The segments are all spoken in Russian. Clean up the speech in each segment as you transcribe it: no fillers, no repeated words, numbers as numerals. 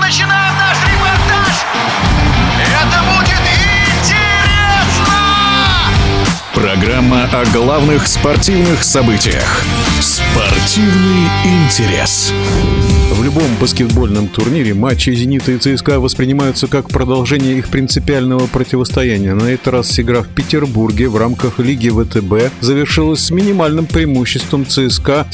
начинаем наш репортаж. Это будет интересно! Программа о главных спортивных событиях. Спортивный интерес. В любом баскетбольном турнире матчи «Зенита» и ЦСКА воспринимаются как продолжение их принципиального противостояния. На этот раз игра в Петербурге в рамках Лиги ВТБ завершилась с минимальным преимуществом ЦСКА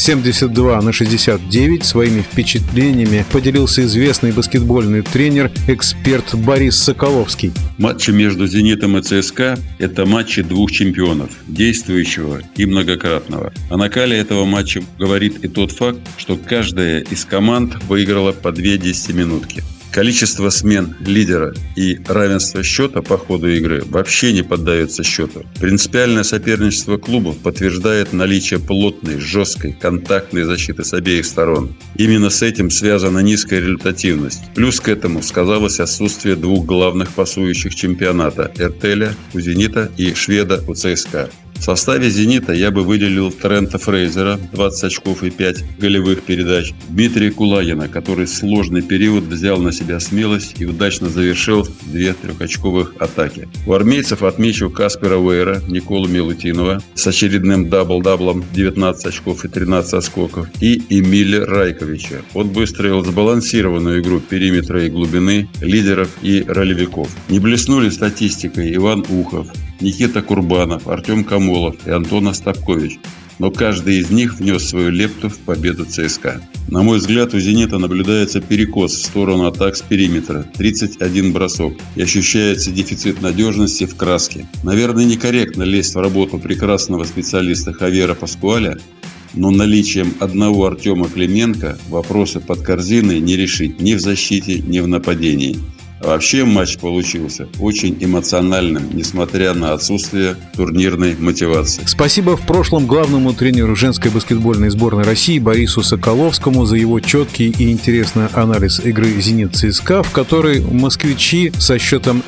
72-69. Своими впечатлениями поделился известный баскетбольный тренер, эксперт Борис Соколовский. Матчи между «Зенитом» и ЦСКА – это матчи двух чемпионов, действующего и многократного. О накале этого матча говорит и тот факт, что каждая из команд выиграла по 2 десятиминутки. Количество смен лидера и равенство счета по ходу игры вообще не поддается счету. Принципиальное соперничество клубов подтверждает наличие плотной, жесткой, контактной защиты с обеих сторон. Именно с этим связана низкая результативность. Плюс к этому сказалось отсутствие двух главных пасующих чемпионата – Эртеля у «Зенита» и Шведа у ЦСКА. В составе «Зенита» я бы выделил Трента Фрейзера, 20 очков и 5 голевых передач, Дмитрия Кулагина, который в сложный период взял на себя смелость и удачно завершил 2 трехочковых атаки. У армейцев отмечу Каспера Уэйра, Николу Милутинова с очередным дабл-даблом 19 очков и 13 отскоков и Эмиля Райковича. Он выстроил сбалансированную игру периметра и глубины, лидеров и ролевиков. Не блеснули статистикой Иван Ухов, Никита Курбанов, Артем Камолов и Антон Остапкович, но каждый из них внес свою лепту в победу ЦСКА. На мой взгляд, у «Зенита» наблюдается перекос в сторону атак с периметра, 31 бросок, и ощущается дефицит надежности в краске. Наверное, некорректно лезть в работу прекрасного специалиста Хавьера Паскуаля, но наличием одного Артема Клименко вопросы под корзиной не решить ни в защите, ни в нападении. Вообще матч получился очень эмоциональным, несмотря на отсутствие турнирной мотивации. Спасибо в прошлом главному тренеру женской баскетбольной сборной России Борису Соколовскому за его четкий и интересный анализ игры «Зенит-ЦСКА», в которой москвичи со счетом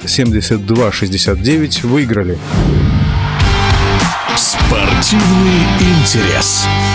72-69 выиграли. Спортивный интерес.